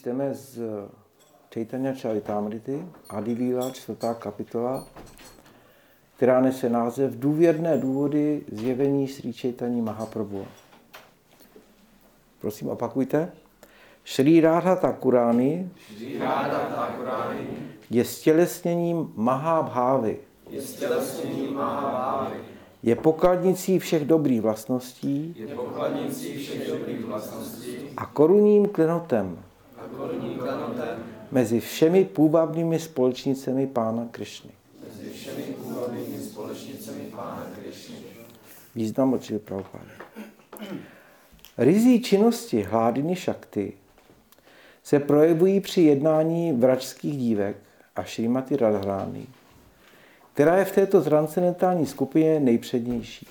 Čteme z Chaitanya Charitamrity, Adi Lila, 4. kapitola, která nese název Důvěrné důvody zjevení Srí Chaitanya Mahaprabhu. Prosím, opakujte. Šrí Rádha Thakurani je stělesněním Mahabhávy. Je pokladnicí všech dobrých vlastností a korunním klenotem mezi všemi půvabnými společnicemi Pána Krišny. Význam od Šrily Prabhupády. Rizí činnosti Hládiny Šakty se projevují při jednání vračských dívek a Šrímati Radharány, která je v této transcendentální skupině nejpřednější.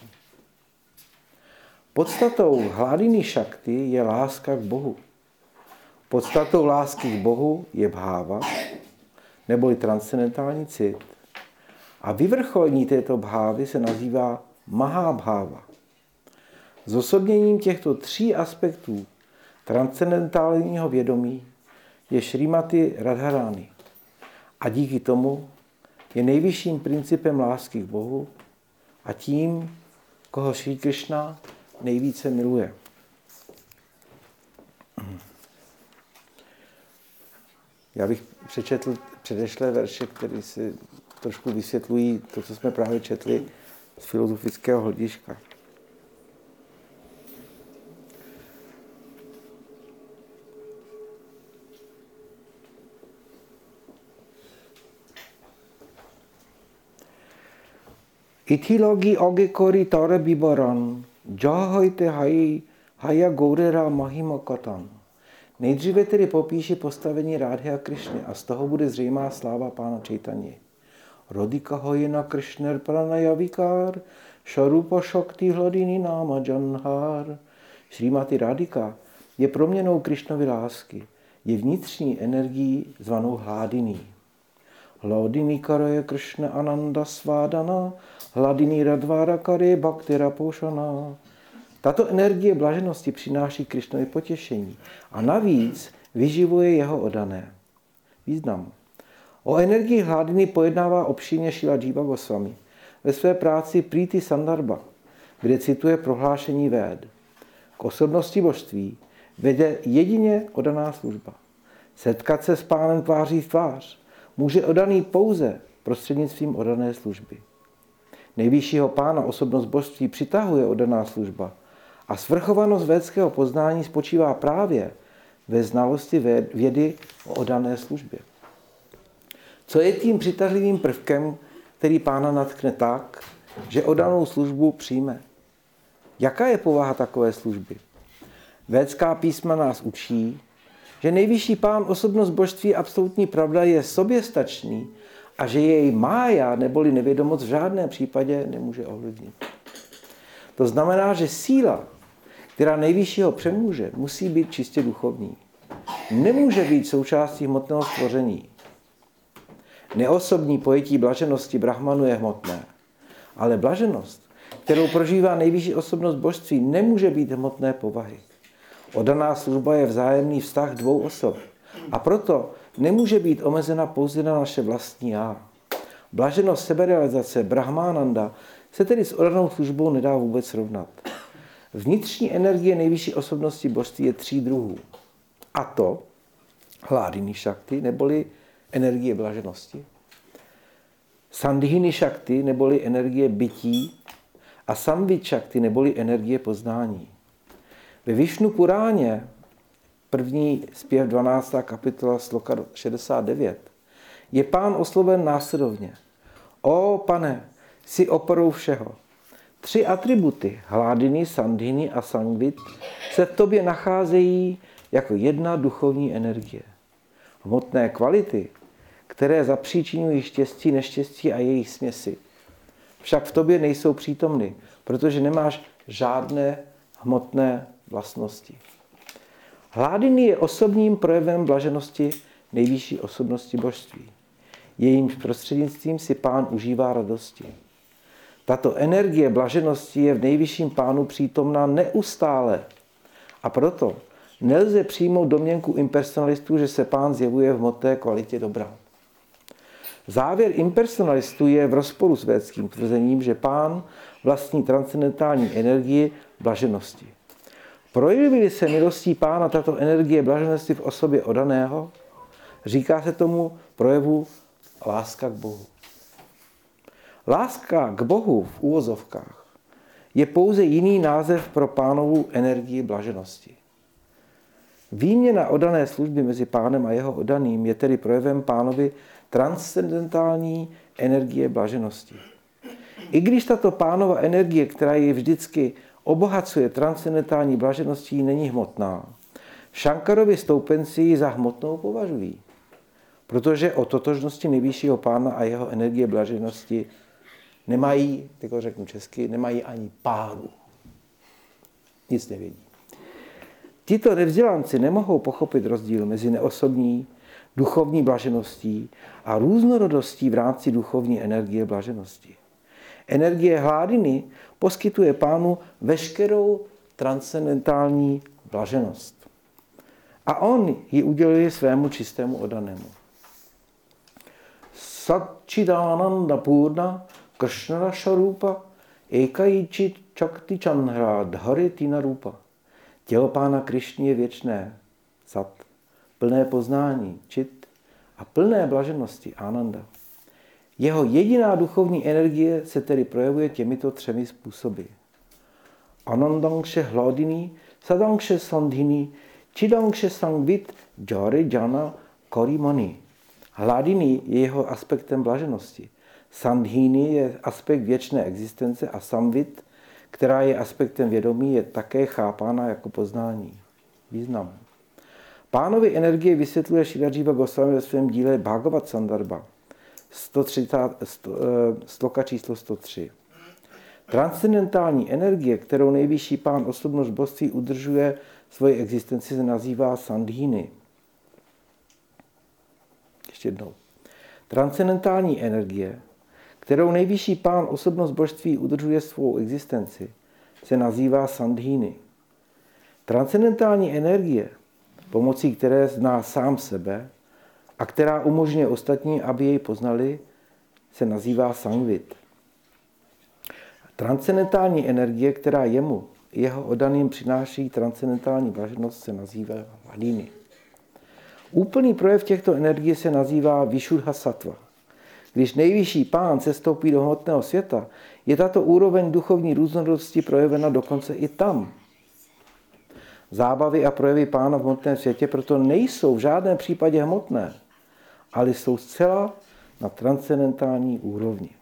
Podstatou Hládiny Šakty je láska k Bohu. Podstatou lásky k Bohu je bháva, neboli transcendentální cit. A vyvrcholení této bhávy se nazývá Mahabháva. Zosobněním těchto tří aspektů transcendentálního vědomí je Šrímati Radharány. A díky tomu je nejvyšším principem lásky k Bohu a tím, koho Šrí Krišna nejvíce miluje. Já bych přečetl předešlé verše, které si trošku vysvětlují to, co jsme právě četli z filozofického hlediska. Itilogi ogekori tare bibaran, jahajte haya gourera mahimakatan. Nejdříve tedy popíši postavení Rádhy a Krišny a z toho bude zřejmá sláva Pána Chaitanya. Rodika hojena Krišner pranayavikár, šarupa šakti hladiny náma janhár. Šrímati Radhika je proměnou Krišnovy lásky, je vnitřní energií zvanou hladiní. Hladiny karaje Krišna ananda svádana, hladiny radvára kare bhaktira pošana. Tato energie blaženosti přináší Krišnovi potěšení a navíc vyživuje jeho oddané. Význam. O energii hladiny pojednává obšírně Šrila Jiva Goswami ve své práci Priti Sandarbha, kde cituje prohlášení Véd. K osobnosti božství vede jedině oddaná služba. Setkat se s Pánem tváří v tvář může oddaný pouze prostřednictvím oddané služby. Nejvyššího Pána osobnost božství přitahuje oddaná služba a svrchovanost védského poznání spočívá právě ve znalosti vědy o oddané službě. Co je tím přitažlivým prvkem, který Pána natkne tak, že oddanou službu přijme? Jaká je povaha takové služby? Védská písma nás učí, že nejvyšší Pán osobnost božství absolutní pravda je soběstačný a že jej mája neboli nevědomost v žádném případě nemůže ovlivnit. To znamená, že síla, která nejvyššího přemůže, musí být čistě duchovní. Nemůže být součástí hmotného stvoření. Neosobní pojetí blaženosti Brahmanu je hmotné, ale blaženost, kterou prožívá nejvyšší osobnost božství, nemůže být hmotné povahy. Oddaná služba je vzájemný vztah dvou osob a proto nemůže být omezena pouze na naše vlastní já. Blaženost seberealizace Brahmananda se tedy s oddanou službou nedá vůbec srovnat. Vnitřní energie nejvyšší osobnosti božství je 3 druhů. A to Hládiny Šakty, neboli energie blaženosti, Sandhini Šakty, neboli energie bytí, a Samvit Šakty, neboli energie poznání. Ve Višnu Puráně, první zpěv 12. kapitola sloka 69, je Pán osloven následovně. O Pane, jsi oporou všeho. 3 atributy, Hládiny, Sandhini a Samvit, se v tobě nacházejí jako jedna duchovní energie. Hmotné kvality, které zapříčinují štěstí, neštěstí a jejich směsi, však v tobě nejsou přítomny, protože nemáš žádné hmotné vlastnosti. Hládiny je osobním projevem blaženosti nejvyšší osobnosti božství. Jejímž prostřednictvím si Pán užívá radosti. Tato energie blaženosti je v nejvyšším Pánu přítomná neustále a proto nelze přijmout domněnku impersonalistů, že se Pán zjevuje v hmotné kvalitě dobra. Závěr impersonalistů je v rozporu s védským tvrzením, že Pán vlastní transcendentální energii blaženosti. Projevily se milostí Pána tato energie blaženosti v osobě oddaného, říká se tomu projevu láska k Bohu. Láska k Bohu v úvozovkách je pouze jiný název pro Pánovu energii blaženosti. Výměna oddané služby mezi Pánem a jeho oddaným je tedy projevem Pánovy transcendentální energie blaženosti. I když tato Pánova energie, která ji vždycky obohacuje transcendentální blažeností, není hmotná, Šankarovi stoupenci ji za hmotnou považují, protože o totožnosti nejvyššího Pána a jeho energie blaženosti nemají, tak ho řeknu česky, nemají ani páru. Nic nevědí. Tito nevzdělanci nemohou pochopit rozdíl mezi neosobní, duchovní blažeností a různorodostí v rámci duchovní energie blaženosti. Energie hládiny poskytuje Pánu veškerou transcendentální blaženost. A on ji uděluje svému čistému oddanému. Satchidananda Purna Krishnara Sharupa Ekaichit Chakti Chandra Dharitina Rupa. Tělo Pána Krišny je věčné, sat, plné poznání, čit a plné blaženosti, ananda. Jeho jediná duchovní energie se tedy projevuje těmito třemi způsoby. Anandangše hladiny, sadangše sandhini, čidangše sangvit, jare jana karimani. Hladiny je jeho aspektem blaženosti. Sandhini je aspekt věčné existence a samvit, která je aspektem vědomí, je také chápána jako poznání. Význam. Pánovi energie vysvětluje Šrilajiva Goswami ve svém díle Bhagavad Sandarbha, sloka číslo 103. Transcendentální energie, kterou nejvyšší Pán osobnost božství udržuje svoji existenci, se nazývá sandhini. Ještě jednou. Transcendentální energie, kterou nejvyšší Pán osobnost božství udržuje svou existenci, se nazývá sandhini. Transcendentální energie, pomocí které zná sám sebe a která umožňuje ostatní, aby jej poznali, se nazývá sangvit. Transcendentální energie, která jemu, jeho oddaným přináší transcendentální blaženost, se nazývá hladiny. Úplný projev těchto energií se nazývá Vishuddha sattva. Když nejvyšší Pán sestoupí do hmotného světa, je tato úroveň duchovní různorodosti projevena dokonce i tam. Zábavy a projevy Pána v hmotném světě proto nejsou v žádném případě hmotné, ale jsou zcela na transcendentální úrovni.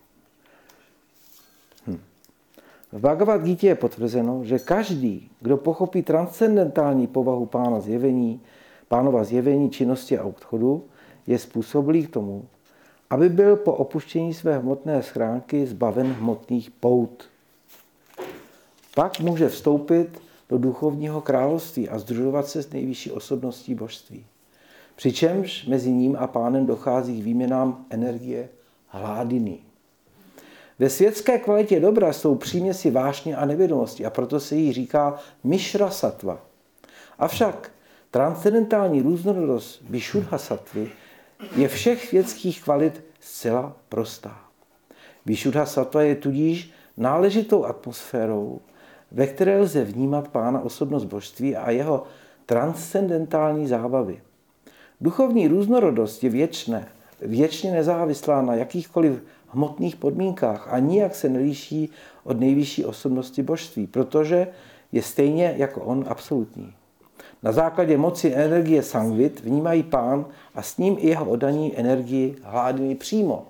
V Bhagavad Gítě je potvrzeno, že každý, kdo pochopí transcendentální povahu Pánova zjevení, činnosti a obchodu, je způsobilý k tomu, aby byl po opuštění své hmotné schránky zbaven hmotných pout. Pak může vstoupit do duchovního království a sdružovat se s nejvyšší osobností božství. Přičemž mezi ním a Pánem dochází k výměnám energie hladiny. Ve světské kvalitě dobra jsou příměsi vášně a nevědomosti a proto se jí říká Mishra sattva. Avšak transcendentální různorodost Vishuddha sattvy je všech světských kvalit zcela prostá. Vishuddha sattva je tudíž náležitou atmosférou, ve které lze vnímat Pána osobnost božství a jeho transcendentální zábavy. Duchovní různorodost je věčně nezávislá na jakýchkoliv hmotných podmínkách a nijak se neliší od nejvyšší osobnosti božství, protože je stejně jako on absolutní. Na základě moci energie sangvit vnímají Pán a s ním i jeho oddaní energii hladiny přímo.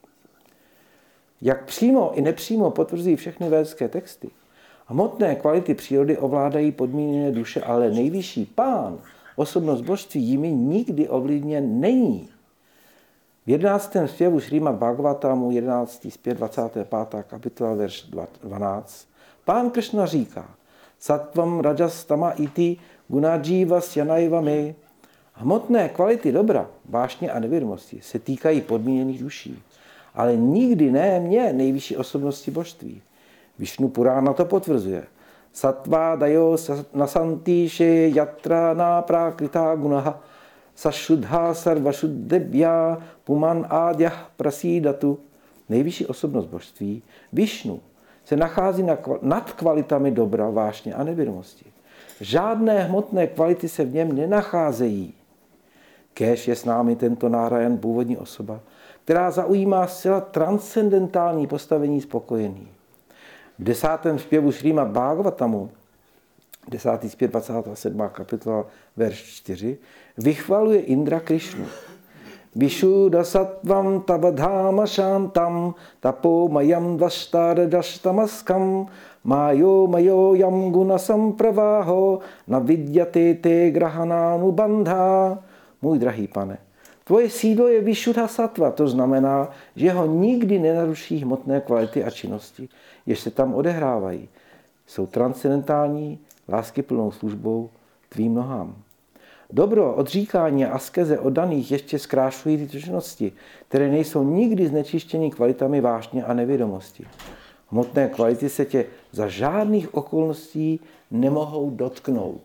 Jak přímo i nepřímo potvrzují všechny védské texty, hmotné kvality přírody ovládají podmíněné duše, ale nejvyšší Pán, osobnost božství, jimi nikdy ovlivněn není. V 11. zpěvu Šrímad Bhagavatamu, 11. zpěv, 25. kapitola, verš 12, Pán Kršna říká: Sattvam rajas tama iti gunajiva syanaiva me. Hmotné kvality dobra, vášně a nevědomosti se týkají podmíněných duší, ale nikdy ne mě, nejvyšší osobnosti božství. Višnu Purána to potvrzuje. Sattva dayo nasantishe yatra na prakrita gunaha sashuddha sarvashuddebhya puman adyah prasidatu. Nejvyšší osobnost božství, Višnu, se nachází nad kvalitami dobra, vášně a nevědomosti. Žádné hmotné kvality se v něm nenacházejí. Kéž je s námi tento Nárajan, původní osoba, která zaujímá zcela transcendentální postavení spokojený. V 10. zpěvu Šrímad Bhagavatamu, 10. zpěv 27. kapitola, verš 4, vychvaluje Indra Krišnu. Vishuddha sattvam tabadháma shantam tapo mayam dvaštardashtamaskam mayo mayo yam guna sampraváho na vidyate te grahanánu bandha. Můj drahý pane, tvoje sídlo je Vishuddha sattva, to znamená, že ho nikdy nenaruší hmotné kvality a činnosti, jež se tam odehrávají. Jsou transcendentální, láskyplnou službou tvým nohám. Dobro, odříkání a askeze od daných ještě zkrášlují tyto činnosti, které nejsou nikdy znečištěny kvalitami vášně a nevědomosti. Hmotné kvality se tě za žádných okolností nemohou dotknout.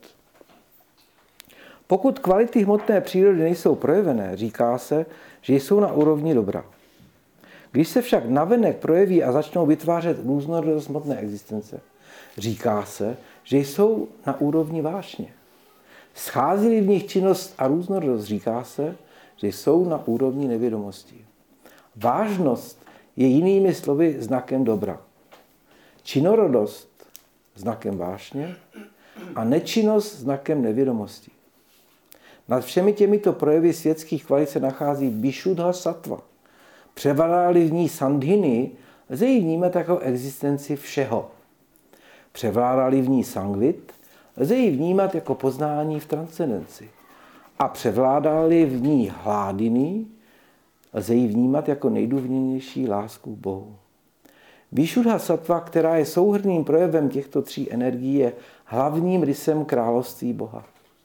Pokud kvality hmotné přírody nejsou projevené, říká se, že jsou na úrovni dobra. Když se však navenek projeví a začnou vytvářet různorodost hmotné existence, říká se, že jsou na úrovni vášně. Schází v nich činnost a různorodost, říká se, že jsou na úrovni nevědomosti. Vážnost je jinými slovy znakem dobra. Činorodost znakem vášně a nečinnost znakem nevědomosti. Nad všemi těmito projevy světských kvalit se nachází Vishuddha sattva. Převládá-li v ní sandhini, lze ji vnímat jako existenci všeho. Převládá-li v ní sangvit, lze ji vnímat jako poznání v transcendenci. A převládá-li v ní hládiny, lze ji vnímat jako nejdůvnější lásku k Bohu. Vishuddha sattva, která je souhrnným projevem těchto tří energií, je hlavním rysem království Boha.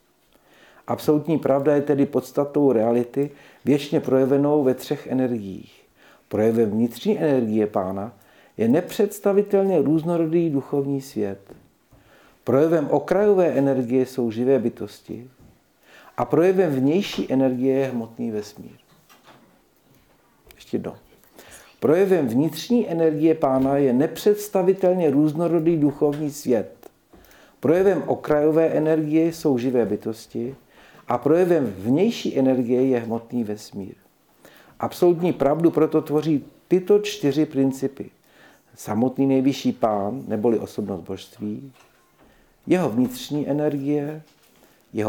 Absolutní pravda je tedy podstatou reality, věčně projevenou ve třech energiích. Projevem vnitřní energie Pána je nepředstavitelně různorodý duchovní svět. Projevem okrajové energie jsou živé bytosti a projevem vnější energie je hmotný vesmír. Ještě jednou. Projevem vnitřní energie Pána je nepředstavitelně různorodý duchovní svět. Projevem okrajové energie jsou živé bytosti a projevem vnější energie je hmotný vesmír. Absolutní pravdu proto tvoří tyto 4 principy. Samotný nejvyšší Pán, neboli osobnost božství, jeho vnitřní energie, jeho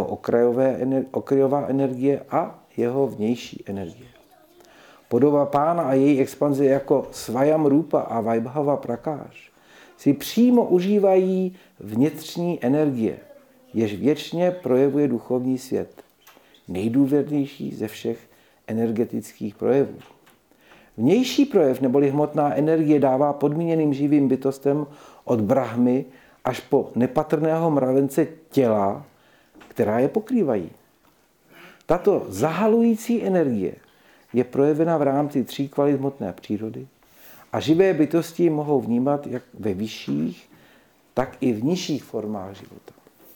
okrajová energie a jeho vnější energie. Podoba Pána a její expanze jako Svayam Rupa a Vaibhava Prakáš si přímo užívají vnitřní energie, jež věčně projevuje duchovní svět, nejdůvěrnější ze všech energetických projevů. Vnější projev neboli hmotná energie dává podmíněným živým bytostem od Brahmy až po nepatrného mravence těla, která je pokrývají. Tato zahalující energie je projevena v rámci 3 kvalit hmotné přírody a živé bytosti mohou vnímat jak ve vyšších, tak i v nižších formách života.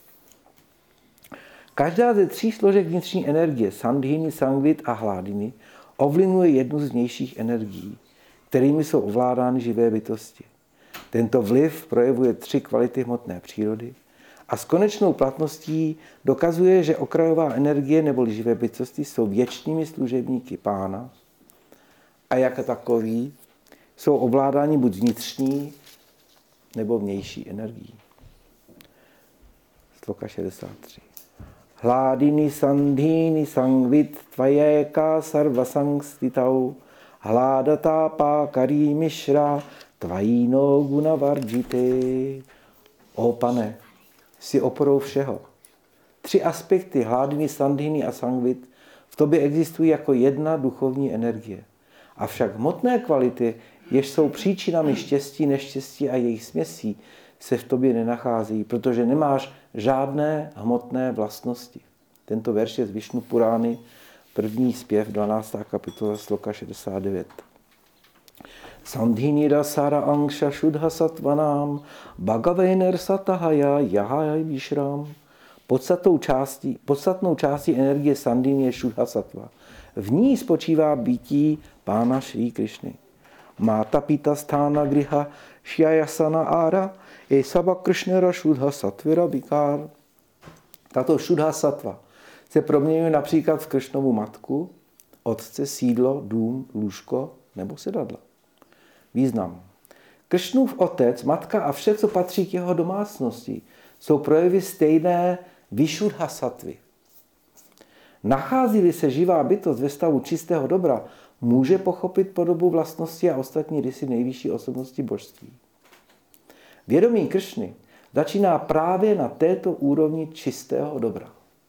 Každá ze 3 složek vnitřní energie, sandhini, sangvit a hládiny, ovlivňuje jednu z vnějších energií, kterými jsou ovládány živé bytosti. Tento vliv projevuje 3 kvality hmotné přírody a s konečnou platností dokazuje, že okrajová energie neboli živé bytosti jsou věčnými služebníky Pána a jako takoví jsou ovládáni buď vnitřní nebo vnější energií. Sloka 63. Hládiny sandhini sangvit tvajeka sarvasangstitau hládata karí mishra tvajíno gunavarjite. O Pane, jsi oporou všeho. 3 aspekty hládiny, sandhini a sangvit v tobě existují jako jedna duchovní energie. Avšak hmotné kvality, jež jsou příčinami štěstí, neštěstí a jejich směsí, se v tobě nenacházejí, protože nemáš žádné hmotné vlastnosti. Tento verš je z Višnu Purány, 1. zpěv, 12. kapitola, sloka 69. Sandhini rasara angsha shudha satvanám bhagavener satahaya jahaya vishram. Podstatnou částí energie Sandhini je Šudha sattva. V ní spočívá bytí Pána Šrí Krišny. Máta pita sthana griha šjajasana ára esaba Krishnera Šudha sattvira vikár. Tato Šudha sattva se proměňuje například v Krišnovu matku, otce, sídlo, dům, lůžko nebo sedadla. Význam. Krišnův otec, matka a vše, co patří k jeho domácnosti, jsou projevy stejné Višudha sattvy. Nachází-li se živá bytost ve stavu čistého dobra, může pochopit podobu, vlastnosti a ostatní rysy nejvyšší osobnosti božství. Vědomí Krišny začíná právě na této úrovni čistého dobra.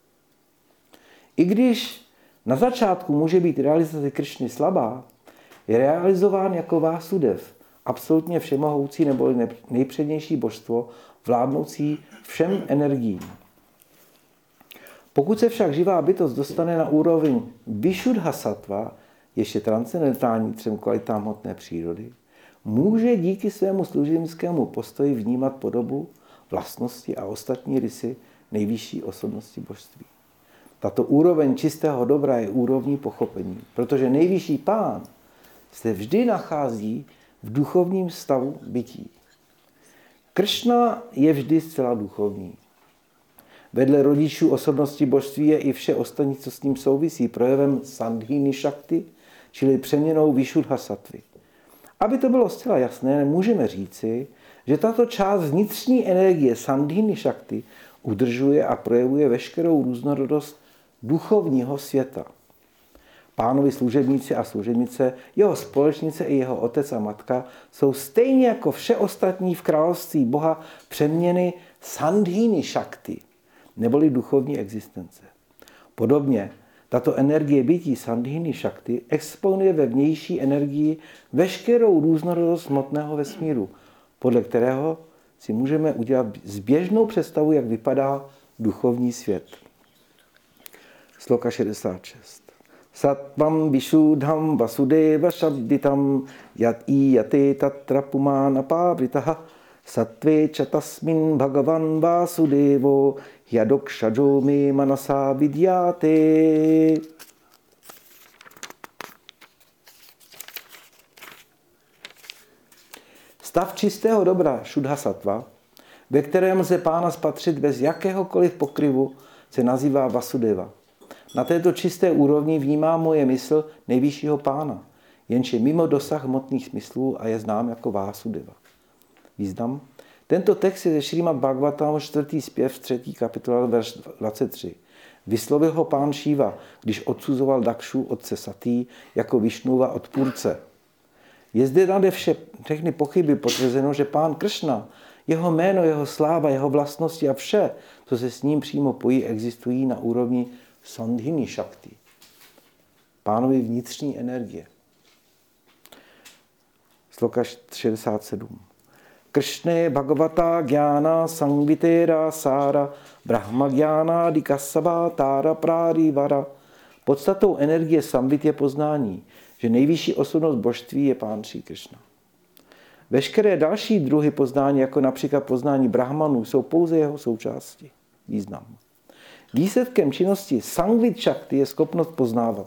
I když na začátku může být realizace Krišny slabá, je realizován jako Vásudev, absolutně všemohoucí nebo nejpřednější božstvo, vládnoucí všem energiím. Pokud se však živá bytost dostane na úroveň Višudha sattva, ještě transcendentální třem kvalitám hmotné přírody, může díky svému služebnickému postoji vnímat podobu, vlastnosti a ostatní rysy nejvyšší osobnosti božství. Tato úroveň čistého dobra je úrovní pochopení, protože nejvyšší Pán se vždy nachází v duchovním stavu bytí. Krišna je vždy zcela duchovní. Vedle rodičů osobnosti božství je i vše ostatní, co s ním souvisí, projevem Sandhini Shakti, čili přeměnou Višudha sattvy. Aby to bylo zcela jasné, můžeme říci, že tato část vnitřní energie Sandhini Shakti udržuje a projevuje veškerou různorodost duchovního světa. Pánovi služebníci a služebnice, jeho společnice i jeho otec a matka jsou stejně jako vše ostatní v království Boha přeměny Sandhini Shakti, neboli duchovní existence. Podobně tato energie bytí Sandhini Shakti exponuje ve vnější energii veškerou různorodost hmotného vesmíru, podle kterého si můžeme udělat zběžnou představu, jak vypadá duchovní svět. Sloka 66. Sattvam Višudham Vasudeva Shabditam Yat Iyate Tatra Pumana Pavritaha Sattve Chatasmin Bhagavan Vasudevo Yadokshajo Me Manasa Vidyate. Stav čistého dobra Šudha sattva, ve kterém lze Pána spatřit bez jakéhokoliv pokryvu, se nazývá Vasudeva. Na této čisté úrovni vnímá moje mysl nejvyššího Pána, jenž je mimo dosah hmotných smyslů a je znám jako Vásudeva. Význam. Tento text je ze Šrímad Bhagavatam 4. zpěv 3. kapitola verš 23. Vyslovil ho pán Šiva, když odsuzoval Dakšu otce Satý jako Višnúva odpůrce. Je zde nade všechny pochyby potvrzeno, že pán Kršna, jeho jméno, jeho sláva, jeho vlastnosti a vše, co se s ním přímo pojí, existují na úrovni Sandhini Shakti, pánovi vnitřní energie. Sloka 67. Kršne Bhagavata Gyana Sangvitera Sára Brahma Gyana Dikasava Tára Prádivara. Podstatou energie Samvit je poznání, že nejvyšší osobnost božství je Pán Šrí Krišna. Veškeré další druhy poznání, jako například poznání Brahmanů, jsou pouze jeho součástí. Význam. Výsledkem činnosti Sangvit Shakti je schopnost poznávat.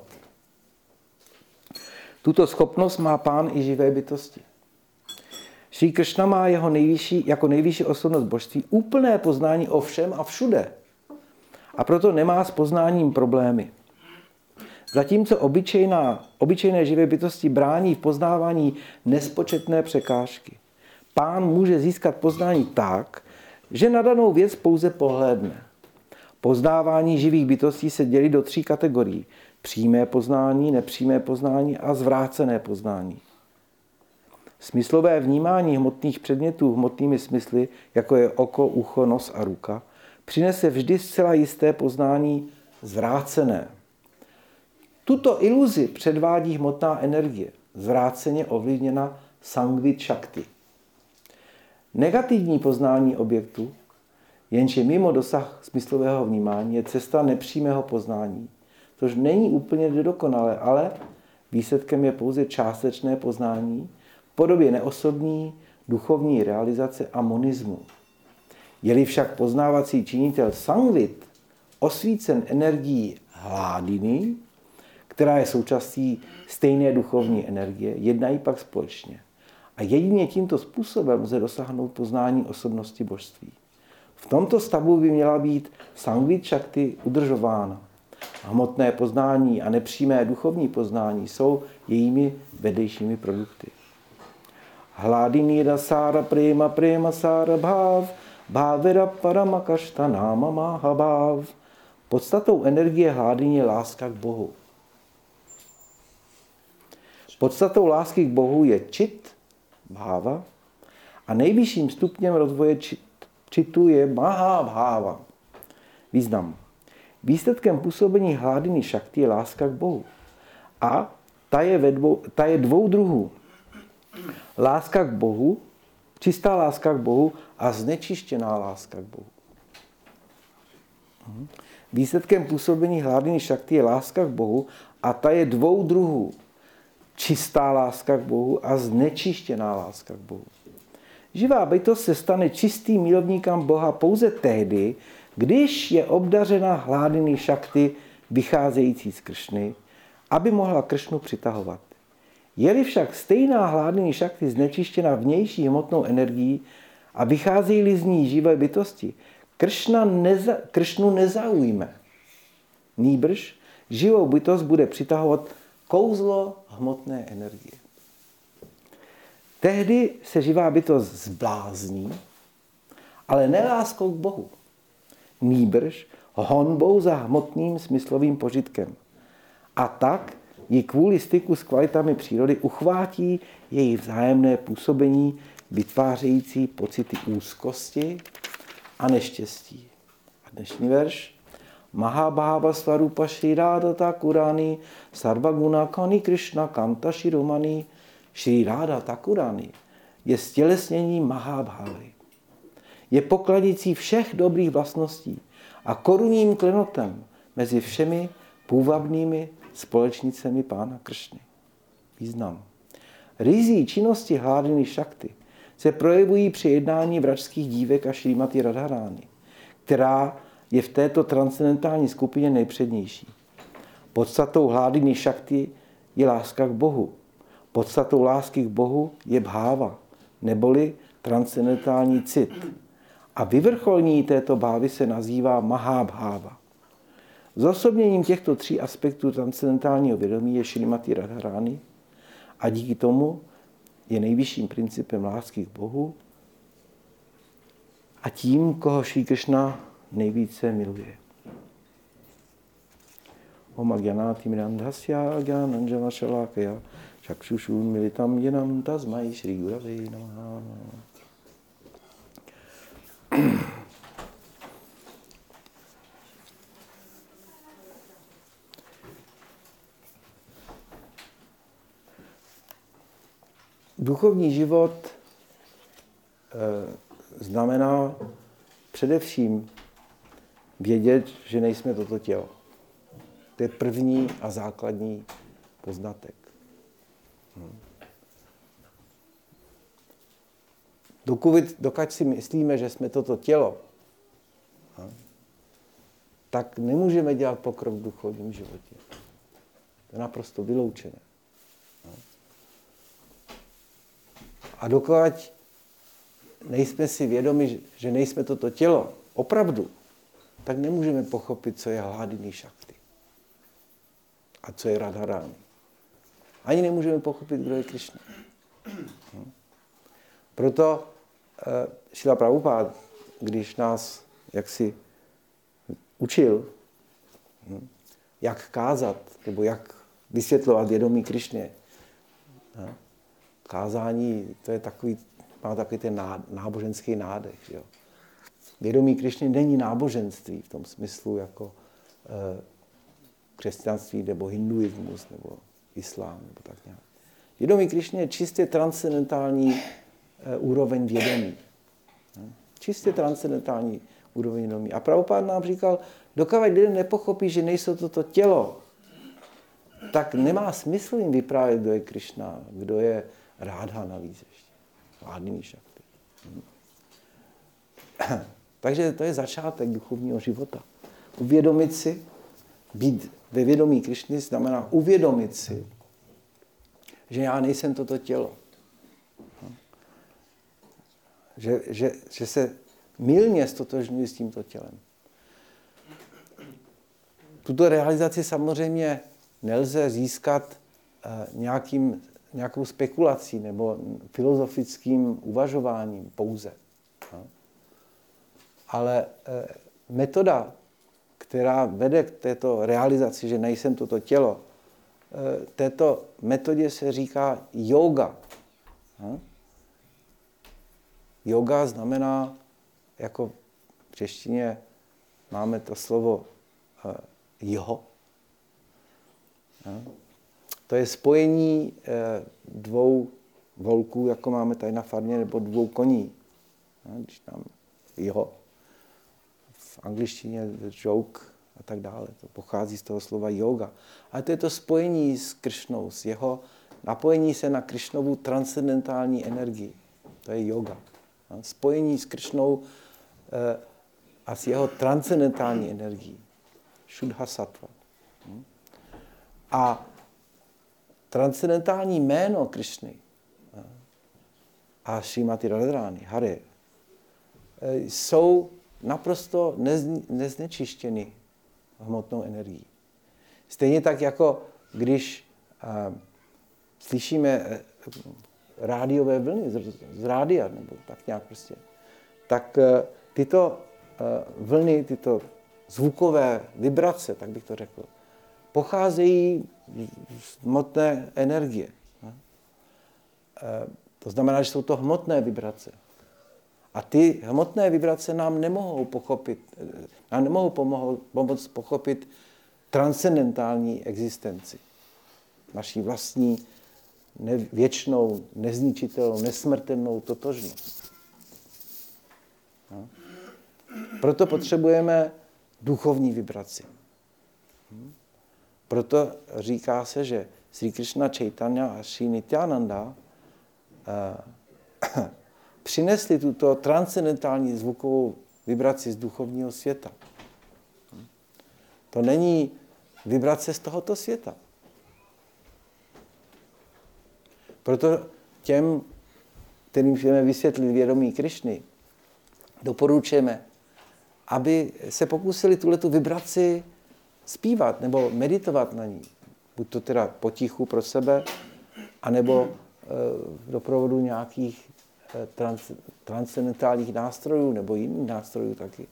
Tuto schopnost má Pán i živé bytosti. Šrí Krišna má jako nejvyšší osobnost božství úplné poznání o všem a všude. A proto nemá s poznáním problémy. Zatímco obyčejné živé bytosti brání v poznávání nespočetné překážky. Pán může získat poznání tak, že na danou věc pouze pohlédne. Poznávání živých bytostí se dělí do 3 kategorií. Přímé poznání, nepřímé poznání a zvrácené poznání. Smyslové vnímání hmotných předmětů hmotnými smysly, jako je oko, ucho, nos a ruka, přinese vždy zcela jisté poznání zvrácené. Tuto iluzi předvádí hmotná energie, zvráceně ovlivněna Sangvit Shakti. Negativní poznání objektu, jenž je mimo dosah smyslového vnímání, je cesta nepřímého poznání, což není úplně dokonalé, ale výsledkem je pouze částečné poznání, podobě neosobní, duchovní realizace a monismu. Je-li však poznávací činitel Sangvit osvícen energií hládiny, která je součástí stejné duchovní energie, jednají pak společně. A jedině tímto způsobem lze dosáhnout poznání osobnosti božství. V tomto stavu by měla být Sangvit Shakti udržována. Hmotné poznání a nepřímé duchovní poznání jsou jejími vedlejšími produkty. Hládiny rasára prema prema sára bhav, bhavera paramakašta náma mahabhav. Podstatou energie hládiny je láska k Bohu. Podstatou lásky k Bohu je čit, bhava, a nejvyšším stupněm rozvoje čitu je mahabhava. Význam. Výsledkem působení hládiny šakti je láska k Bohu. A ta je dvou druhů. Láska k Bohu, čistá láska k Bohu a znečištěná láska k Bohu. Výsledkem působení hládiny šakti je láska k Bohu a ta je dvou druhů. Čistá láska k Bohu a znečištěná láska k Bohu. Živá bytost se stane čistým milovníkem Boha pouze tehdy, když je obdařena hládiny šakti vycházející z Kršny, aby mohla Kršnu přitahovat. Je-li však stejná hládiny šakti znečištěna vnější hmotnou energií a vycházejí-li z ní živé bytosti, Kršnu nezaujme. Nýbrž živou bytost bude přitahovat kouzlo hmotné energie. Tehdy se živá bytost zblázní, ale ne láskou k Bohu. Nýbrž honbou za hmotným smyslovým požitkem. A tak ji kvůli styku s kvalitami přírody uchvátí její vzájemné působení, vytvářející pocity úzkosti a neštěstí. A dnešní verš. Mahabhava Svarupa Shri Radha Thakurani Sarvaguna Kani Krishna Kanta Shiromani. Shri Radha Thakurani je stělesnění Mahabhavy. Je pokladnicí všech dobrých vlastností a korunním klenotem mezi všemi půvabnými společnicemi Pána Kršny. Význam. Rizí činnosti hládiny šakty se projevují při jednání vračských dívek a Šrímati Radharány, která je v této transcendentální skupině nejpřednější. Podstatou hládiny šakty je láska k Bohu. Podstatou lásky k Bohu je bháva, neboli transcendentální cit. A vyvrcholní této bhávy se nazývá mahabháva. Zosobněním těchto tří aspektů transcendentálního vědomí je Šrímati Radharány a díky tomu je nejvyšším principem lásky k Bohu a tím, koho Šrí Kršna nejvíce miluje. Om Agyanati Mirandhasya Agyananjana Shalakaya Chakshushu Militam Yenam Tasmai Shri Gurave Namaha. Duchovní život znamená především vědět, že nejsme toto tělo. To je první a základní poznatek. Dokud si myslíme, že jsme toto tělo, tak nemůžeme dělat pokrok v duchovním životě. To je naprosto vyloučené. A dokud nejsme si vědomi, že nejsme toto tělo opravdu, tak nemůžeme pochopit, co je hládiny šakty a co je Radharány. Ani nemůžeme pochopit, kdo je Kršna. Proto Šrila Prabhupád, když nás jaksi učil, jak kázat, nebo jak vysvětlovat vědomí Krišně, kázání, to je takový, má takový ten náboženský nádech. Jo. Vědomí Krišny není náboženství v tom smyslu jako křesťanství nebo hinduismus nebo islám nebo tak nějak. Vědomí Krišny je čistě transcendentální úroveň vědomí. Čistě transcendentální úroveň vědomí. A Prabhupád nám říkal, dokud lidé nepochopí, že nejsou toto tělo, tak nemá smysl jim vyprávět, kdo je Krišna, kdo je Rádha navíc ještě. Vládnými šakty. Takže to je začátek duchovního života. Uvědomit si, být ve vědomí Krišny znamená uvědomit si, že já nejsem toto tělo. Že se mylně ztotožňuji s tímto tělem. Tuto realizaci samozřejmě nelze získat nějakou spekulací nebo filozofickým uvažováním pouze. Ale metoda, která vede k této realizaci, že nejsem toto tělo, této metodě se říká yoga. Yoga znamená, jako v češtině máme to slovo jiho. To je spojení dvou volků, jako máme tady na farmě, nebo dvou koní. Když tam jiho. V angličtině joke a tak dále. To pochází z toho slova yoga. Ale to je to spojení s Krišnou, s jeho napojení se na Krišnovu transcendentální energii. To je yoga. Spojení s Krišnou a s jeho transcendentální energií. Šudha sattva. A transcendentální jméno Krišny a Šrímati Radharani, Hare, jsou naprosto neznečištěny hmotnou energií. Stejně tak, jako když slyšíme rádiové vlny z rádia, nebo tak nějak prostě, tak tyto vlny, tyto zvukové vibrace, tak bych to řekl, pocházejí z hmotné energie. To znamená, že jsou to hmotné vibrace. A ty hmotné vibrace nám nemohou pomoct pochopit transcendentální existenci. Naší vlastní věčnou, nezničitelnou, nesmrtelnou totožnost. Proto potřebujeme duchovní vibraci. Proto říká se, že Sri Krishna Chaitanya a Sri Nityananda přinesli tuto transcendentální zvukovou vibraci z duchovního světa. To není vibrace z tohoto světa. Proto těm, kterým chceme vysvětlit vědomí Krišny, doporučujeme, aby se pokusili tuhletu vibraci zpívat nebo meditovat na ní. Buď to teda potichu pro sebe, anebo v doprovodu nějakých transcendentálních nástrojů nebo jiných nástrojů taky.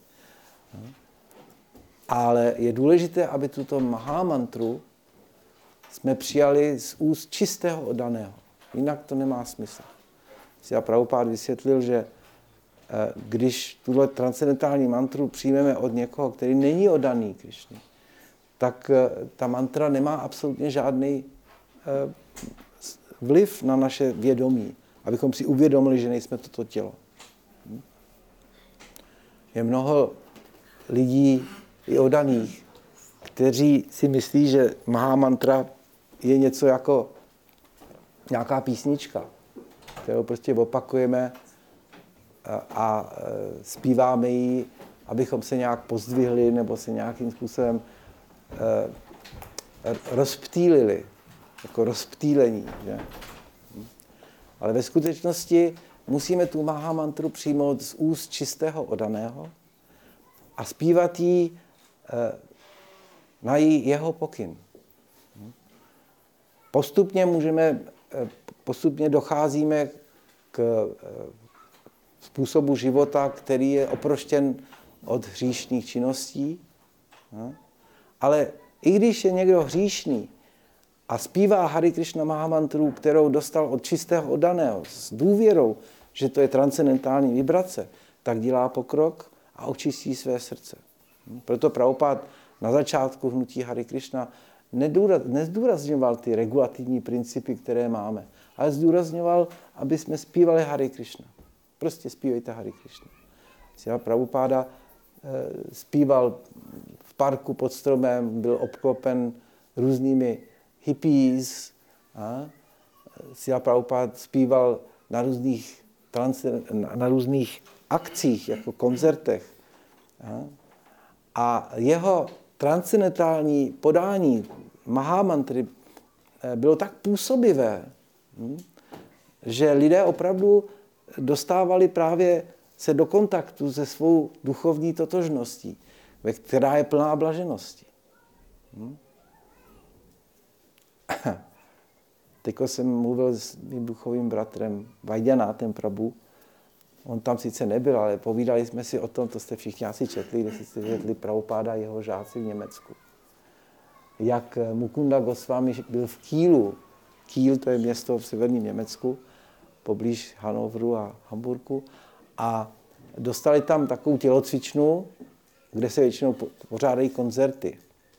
Ale je důležité, aby tuto mahamantru jsme přijali z úst čistého oddaného. Jinak to nemá smysl. Si Prabhupád vysvětlil, že když tuhle transcendentální mantru přijmeme od někoho, který není oddaný Krišně, tak ta mantra nemá absolutně žádný vliv na naše vědomí, abychom si uvědomili, že nejsme toto tělo. Je mnoho lidí i oddaných, kteří si myslí, že mahamantra je něco jako nějaká písnička, kterou prostě opakujeme a zpíváme ji, abychom se nějak pozdvihli nebo se nějakým způsobem rozptýlili, jako rozptýlení. Že? Ale ve skutečnosti musíme tu mahamantru přijmout z úst čistého oddaného a zpívat ji na jeho pokyn. Postupně docházíme k způsobu života, který je oproštěn od hříšných činností. Ale i když je někdo hříšný a zpívá Hare Krishna mahamantru, kterou dostal od čistého oddaného, s důvěrou, že to je transcendentální vibrace, tak dělá pokrok a očistí své srdce. Proto Prabhupád na začátku hnutí Hare Krishna nezdůrazňoval ty regulativní principy, které máme, ale zdůrazňoval, aby jsme zpívali Hare Krishna. Prostě zpívejte Hare Krishna. Srila Prabhupáda zpíval v parku pod stromem, byl obklopen různými hippies, Srila Prabhupád zpíval na různých akcích, jako koncertech. A jeho transcendentální podání Mahamantry bylo tak působivé, že lidé opravdu dostávali právě se do kontaktu se svou duchovní totožností, která je plná blaženosti. Teď jsem mluvil s mým duchovým bratrem Vaidyanátem Prabhu. On tam sice nebyl, ale povídali jsme si o tom, to jste všichni asi četli, když jste četli Prabhupáda jeho žáci v Německu. Jak Mukunda Goswami byl v Kielu. Kiel, to je město v severním Německu, poblíž Hannoveru a Hamburku. A dostali tam takovou tělocvičnu, kde se většinou pořádají koncerty.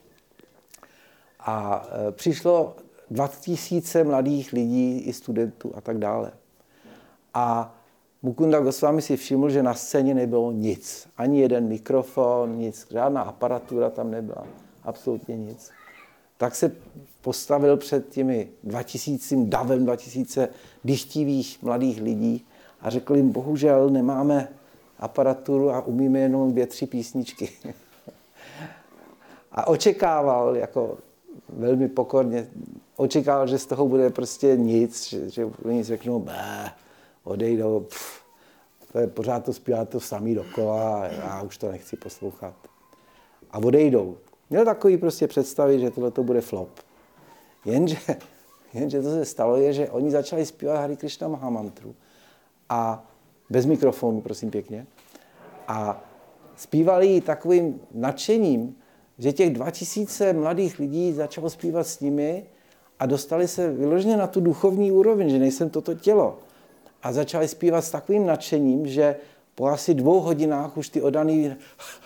A přišlo 2000 mladých lidí i studentů a tak dále. A Mukunda Goswami si všiml, že na scéně nebylo nic. Ani jeden mikrofon, nic, žádná aparatura tam nebyla. Absolutně nic. Tak se postavil před těmi 2000 dychtivých mladých lidí a řekl jim, bohužel nemáme aparaturu a umíme jenom 2-3 písničky. A očekával, jako velmi pokorně, očekával, že z toho bude prostě nic, že oni řeknou, odejdou, to je pořád to zpívá to samý dokola a já už to nechci poslouchat. A odejdou. Měl takový prostě představit, že tohle to bude flop. Jenže to se stalo je, že oni začali zpívat Hare Krishna Mahamantru a bez mikrofonu, prosím pěkně. A zpívali ji takovým nadšením, že těch 2000 mladých lidí začalo zpívat s nimi a dostali se vyloženě na tu duchovní úroveň, že nejsem toto tělo. A začali zpívat s takovým nadšením, že po asi 2 hodinách už ty oddaný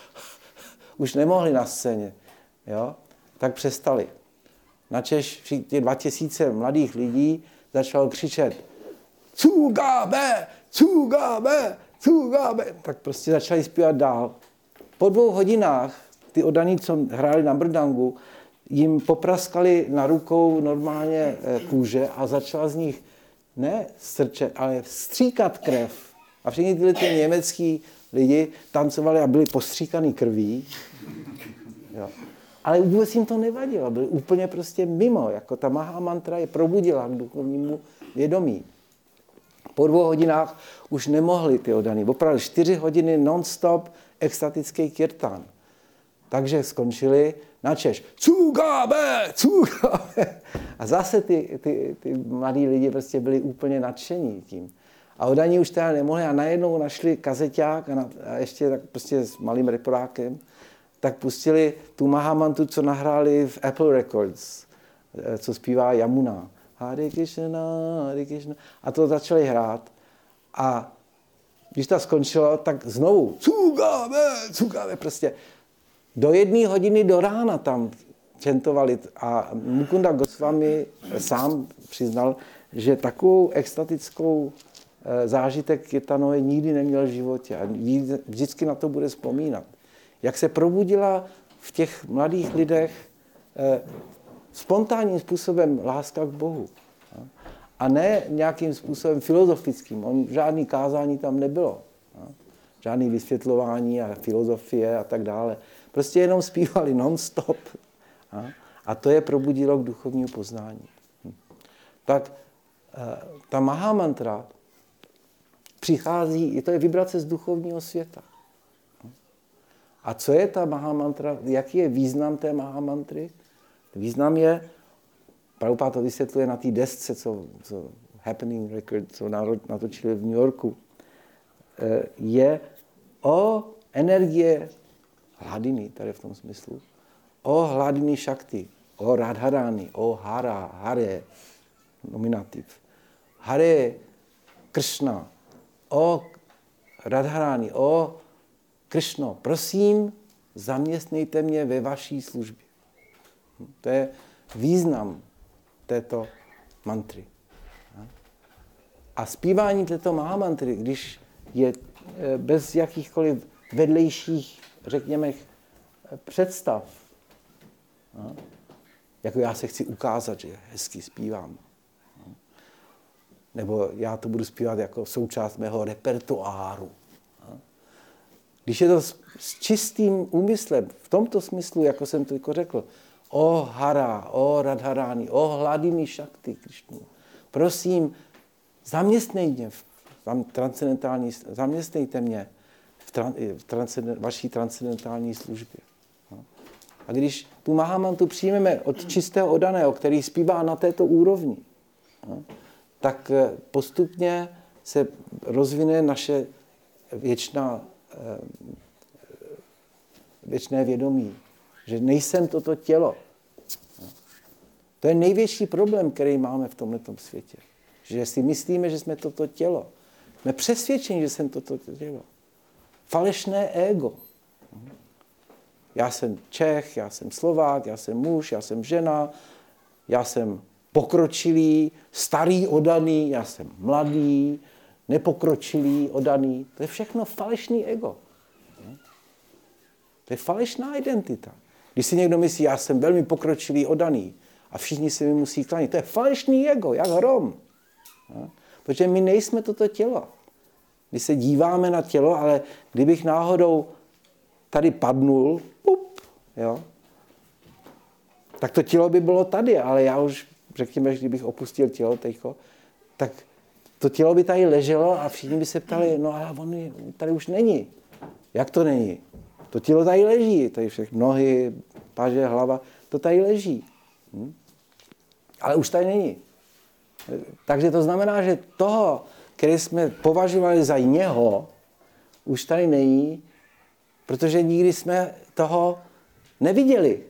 už nemohli na scéně. Jo? Tak přestali. Načež ty 2000 mladých lidí začalo křičet Tsugabe, Tsugabe, Tsugabe. Tak prostě začali zpívat dál. Po 2 hodinách ty oddaní, co hráli na mrdangu, jim popraskali na rukou normálně kůže a začala z nich ne strčet, ale stříkat krev. A všichni tyhle ty německý lidi tancovali a byli postříkaný krví. Jo. Ale vůbec jim to nevadilo, byli úplně prostě mimo, jako ta Mahamantra je probudila k duchovnímu vědomí. Po 2 hodinách už nemohli ty oddaní. Opravdu 4 hodiny non-stop extatický kirtan. Takže skončili načež Tsugabe, Tsugabe. A zase ty mladí lidi prostě byli úplně nadšení tím. A oddaní už teda nemohli a najednou našli kazeťák a ještě tak prostě s malým reporákem, tak pustili tu Mahamantru, co nahráli v Apple Records, co zpívá Yamuna. Hare Krishna, Hare Krishna. A to začali hrát. A když to skončilo, tak znovu Tsugabe, Tsugabe, prostě do 1 hodiny do rána tam čentovali. A Mukunda Goswami sám přiznal, že takovou extatickou zážitek kirtanové nikdy neměl v životě a vždycky na to bude vzpomínat. Jak se probudila v těch mladých lidech spontánním způsobem láska k Bohu. A ne nějakým způsobem filozofickým. Žádný kázání tam nebylo. Žádný vysvětlování a filozofie a tak dále. Prostě jenom zpívali non-stop. A to je probudilo k duchovnímu poznání. Tak ta Mahamantra přichází, to je vibrace z duchovního světa. A co je ta Mahamantra? Jaký je význam té Mahamantry? Význam je, Prabhupád to vysvětluje na té desce, co Happening Record, co natočili v New Yorku, je o energie hladiny, tady v tom smyslu, o hladiny šakty, o Radharani, o Hara, Hare, nominativ, Hare Krishna, o Radharani, o Krishno, prosím, zaměstnejte mě ve vaší službě. To je význam této mantry. A zpívání této Mahamantry, když je bez jakýchkoliv vedlejších, řekněme, představ, jako já se chci ukázat, že hezky zpívám, Nebo já to budu zpívat jako součást mého repertoáru. Když je to s čistým úmyslem, v tomto smyslu, jako jsem to jako řekl, o Hara, o Radharani, o hladiny Šakti Krišnu. Prosím, zaměstnejte mě v vaší transcendentální službě. A když tu Mahamantu přijmeme od čistého oddaného, který zpívá na této úrovni, tak postupně se rozvine naše věčné vědomí, že nejsem toto tělo. To je největší problém, který máme v tomto světě. Že si myslíme, že jsme toto tělo. Jsme přesvědčeni, že jsem toto tělo. Falešné ego. Já jsem Čech, já jsem Slovák, já jsem muž, já jsem žena, já jsem pokročilý, starý, oddaný, já jsem mladý, nepokročilý, oddaný. To je všechno falešný ego. To je falešná identita. Když si někdo myslí, já jsem velmi pokročilý, oddaný a všichni se mi musí klanit, to je falešný ego, jak hrom. Protože my nejsme toto tělo. My se díváme na tělo, ale kdybych náhodou tady padnul, tak to tělo by bylo tady, ale já už, řekněme, že kdybych opustil tělo teďko, tak to tělo by tady leželo a všichni by se ptali, no ale on tady už není. Jak to není? To tělo tady leží, tady všechny nohy, paže, hlava, to tady leží. Ale už tady není. Takže to znamená, že toho, který jsme považovali za něho, už tady není, protože nikdy jsme toho neviděli.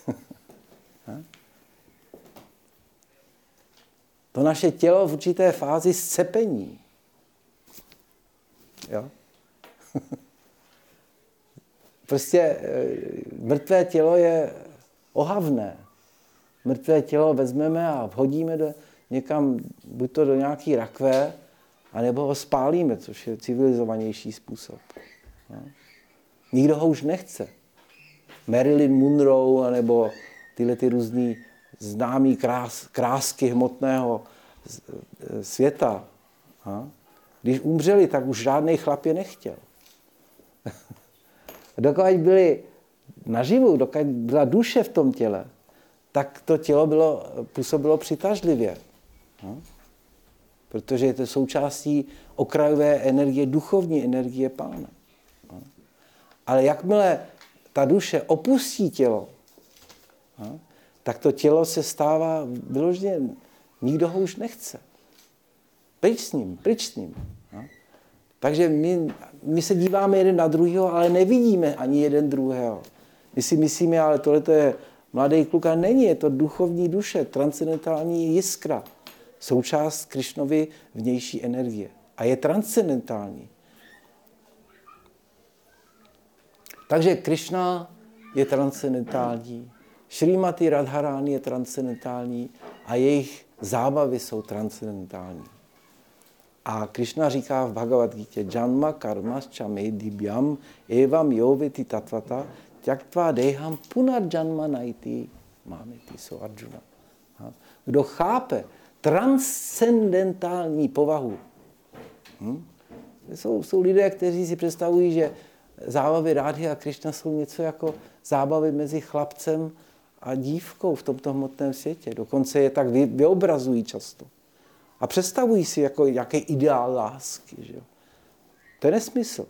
To naše tělo v určité fázi scepení. Jo? Prostě mrtvé tělo je ohavné. Mrtvé tělo vezmeme a vhodíme někam, buď to do nějaký rakve, anebo ho spálíme, což je civilizovanější způsob. Jo? Nikdo ho už nechce. Marilyn Monroe, anebo tyhle ty různý známý krásky hmotného světa. Když umřeli, tak už žádný chlap je nechtěl. Dokud byli naživu, dokud byla duše v tom těle, tak to tělo působilo přitažlivě. Protože je to součástí okrajové energie, duchovní energie Pána. Ale jakmile ta duše opustí tělo, tak to tělo se stává vyloženě, nikdo ho už nechce. Pryč s ním. Takže my se díváme jeden na druhého, ale nevidíme ani jeden druhého. My si myslíme, ale tohle je mladý kluk, a není, je to duchovní duše, transcendentální jiskra, součást Krišnovy vnější energie. A je transcendentální. Takže Krišna je transcendentální, Šrímati Radharani je transcendentální a jejich zábavy jsou transcendentální. A Krišna říká v Bhagavad Gita, Janma karmascha me dibyam evam yoveti tatvata tyaktva deham punarjanma naiti mameti so Arjuna. Kdo chápe transcendentální povahu. Jsou lidé, kteří si představují, že zábavy Rádhy a Krišna jsou něco jako zábavy mezi chlapcem a dívkou v tomto hmotném světě. Dokonce je tak vyobrazují často. A představují si jako jaký ideál lásky. Že jo? To je nesmysl.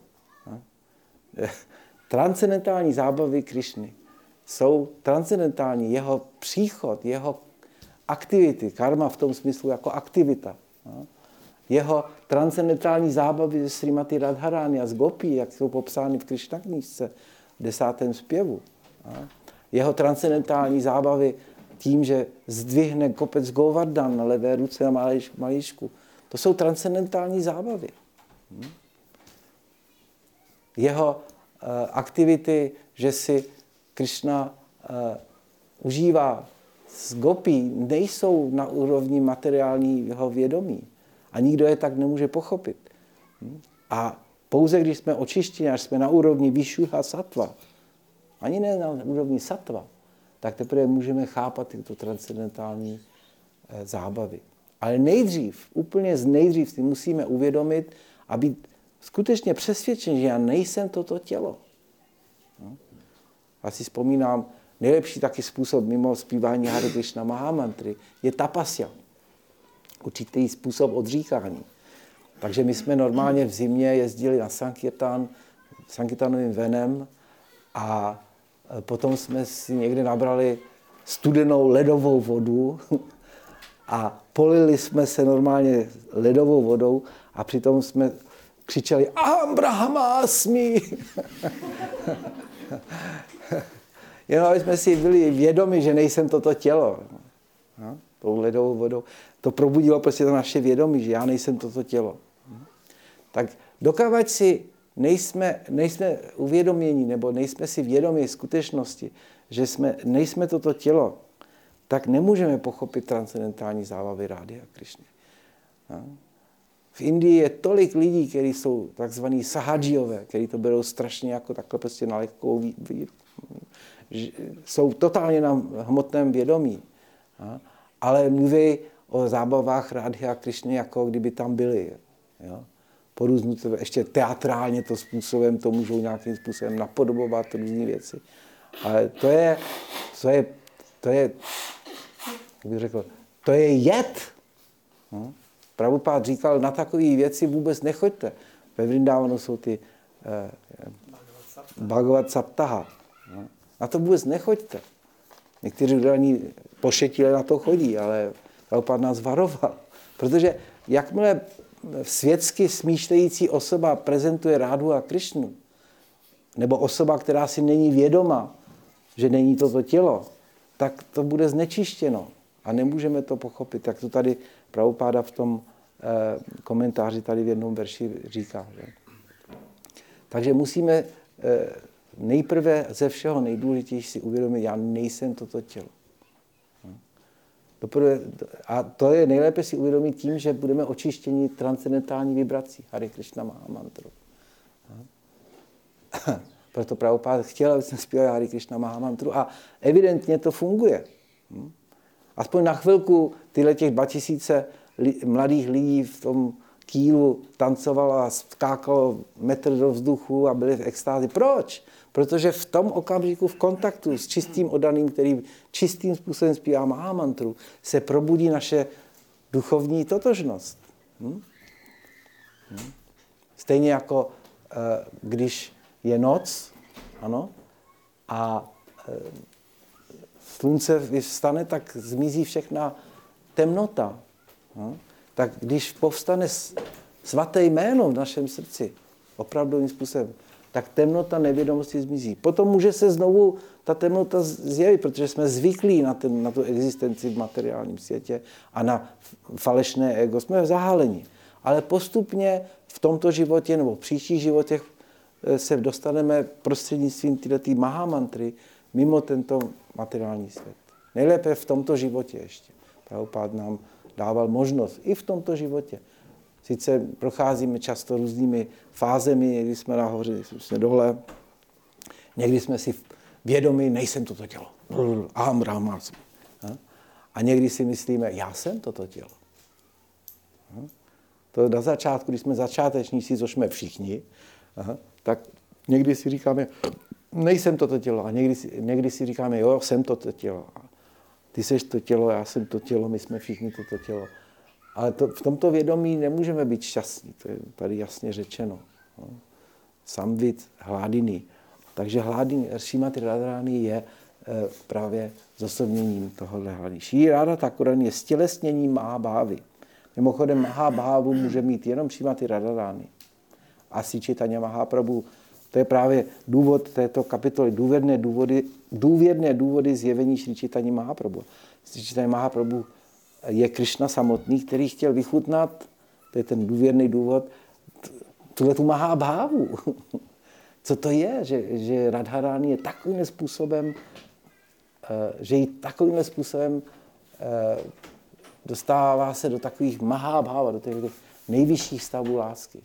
Transcendentální zábavy Krišny jsou transcendentální. Jeho příchod, jeho aktivity, karma v tom smyslu jako aktivita. Jeho transcendentální zábavy ze Srimati Radharani a z Gopí, jak jsou popsány v Krišna knížce v 10. zpěvu. Jeho transcendentální zábavy tím, že zdvihne kopec Govardhan na levé ruce a malíšku. To jsou transcendentální zábavy. Jeho aktivity, že si Krišna užívá z Gopí, nejsou na úrovni materiálního vědomí. A nikdo je tak nemůže pochopit. A pouze když jsme očištěni, až jsme na úrovni Vishuddha sattva, ani ne na úrovni sattva, tak teprve můžeme chápat tyto transcendentální zábavy. Ale úplně nejdřív si musíme uvědomit a být skutečně přesvědčen, že já nejsem toto tělo. Já si vzpomínám, nejlepší taky způsob mimo zpívání Hare Krishna Mahamantry je tapasya. Určitý způsob odříkání. Takže my jsme normálně v zimě jezdili na Sankirtan, Sankirtanovým venem a potom jsme si někde nabrali studenou ledovou vodu a polili jsme se normálně ledovou vodou a přitom jsme křičeli Aham Brahmasmi. Jenom aby jsme si byli vědomi, že nejsem toto tělo. No, tou ledovou vodou. To probudilo prostě to naše vědomí, že já nejsem toto tělo. Tak dokud si nejsme uvědomění, nebo nejsme si vědomi skutečnosti, že nejsme toto tělo, tak nemůžeme pochopit transcendentální zábavy Rády a Krišny. V Indii je tolik lidí, kteří jsou takzvaní sahadžiové, kteří to berou strašně jako takhle prostě na lehkou jsou totálně na hmotném vědomí, ale mluví o zábavách Rády a Krišny, jako kdyby tam byli. Jo? Ještě teatrálně to způsobem, to můžou nějakým způsobem napodobovat různé věci. Ale to je, jak bych řekl, to je jed. Prabhupád říkal, na takové věci vůbec nechoďte. Ve Vrindávanu jsou ty Bhagavad Saptaha. Na to vůbec nechoďte. Někteří údajní pošetilé na to chodí, ale Prabhupád nás varoval. Protože jakmile světsky smýšlející osoba prezentuje Rádu a Krišnu, nebo osoba, která si není vědoma, že není toto tělo, tak to bude znečištěno a nemůžeme to pochopit, jak to tady Prabhupáda v tom komentáři tady v jednom verši říká. Že? Takže musíme nejprve ze všeho nejdůležitější si uvědomit, já nejsem toto tělo. A to je nejlépe si uvědomit tím, že budeme očištěni transcendentální vibrací Hare Krishna Mahamantru. Proto Prabhupád chtěl, aby jsme zpívali Hare Krishna Mahamantru a evidentně to funguje. Aspoň na chvilku tyhle těch 2000 mladých lidí v tom kýlu tancovalo a skákalo metr do vzduchu a byli v extázi. Proč? Protože v tom okamžiku v kontaktu s čistým oddaným, který čistým způsobem zpívá Mahamantru, se probudí naše duchovní totožnost. Stejně jako když je noc, ano, a slunce vstane, tak zmizí všechna temnota. Tak když povstane svaté jméno v našem srdci, opravdovým způsobem, tak temnota nevědomosti zmizí. Potom může se znovu ta temnota zjevit, protože jsme zvyklí na tu existenci v materiálním světě a na falešné ego. Jsme zahaleni. Ale postupně v tomto životě nebo v příštích životech se dostaneme prostřednictvím této Mahamantry mimo tento materiální svět. Nejlépe v tomto životě ještě. Prabhupád nám dával možnost i v tomto životě. Sice procházíme často různými fázemi, někdy jsme nahoře, někdy jsme dole, někdy jsme si vědomi, nejsem toto tělo. Aham Brahmasmi. A někdy si myslíme, já jsem toto tělo. To na začátku, když jsme začátečníci, což jsme všichni, tak někdy si říkáme, nejsem toto tělo. A někdy si říkáme, jo, jsem toto tělo. Ty seš to tělo, já jsem to tělo, my jsme všichni toto tělo. Ale v tomto vědomí nemůžeme být šťastní, to je tady jasně řečeno. Samvit hládiny. Takže Šrímati Radharani je právě zosobněním tohohle hládiny. Šrí Radha Thakurani je stělesněním Mahabhávy. Mimochodem Mahabhávu může mít jenom Šrímati Radharani. A Sri Chaitanya Mahaprabhu, to je právě důvod této kapitoly, důvěrné důvody zjevení Sri Chaitanya Mahaprabhu. Sri Chaitanya Mahaprabhu je Krišna samotný, který chtěl vychutnat, to je ten důvěrný důvod, tuhletu Mahabhávu. Co to je, že Radharani je takovým způsobem, že ji takovým způsobem dostává se do takových Mahabháva, do těch nejvyšších stavů lásky.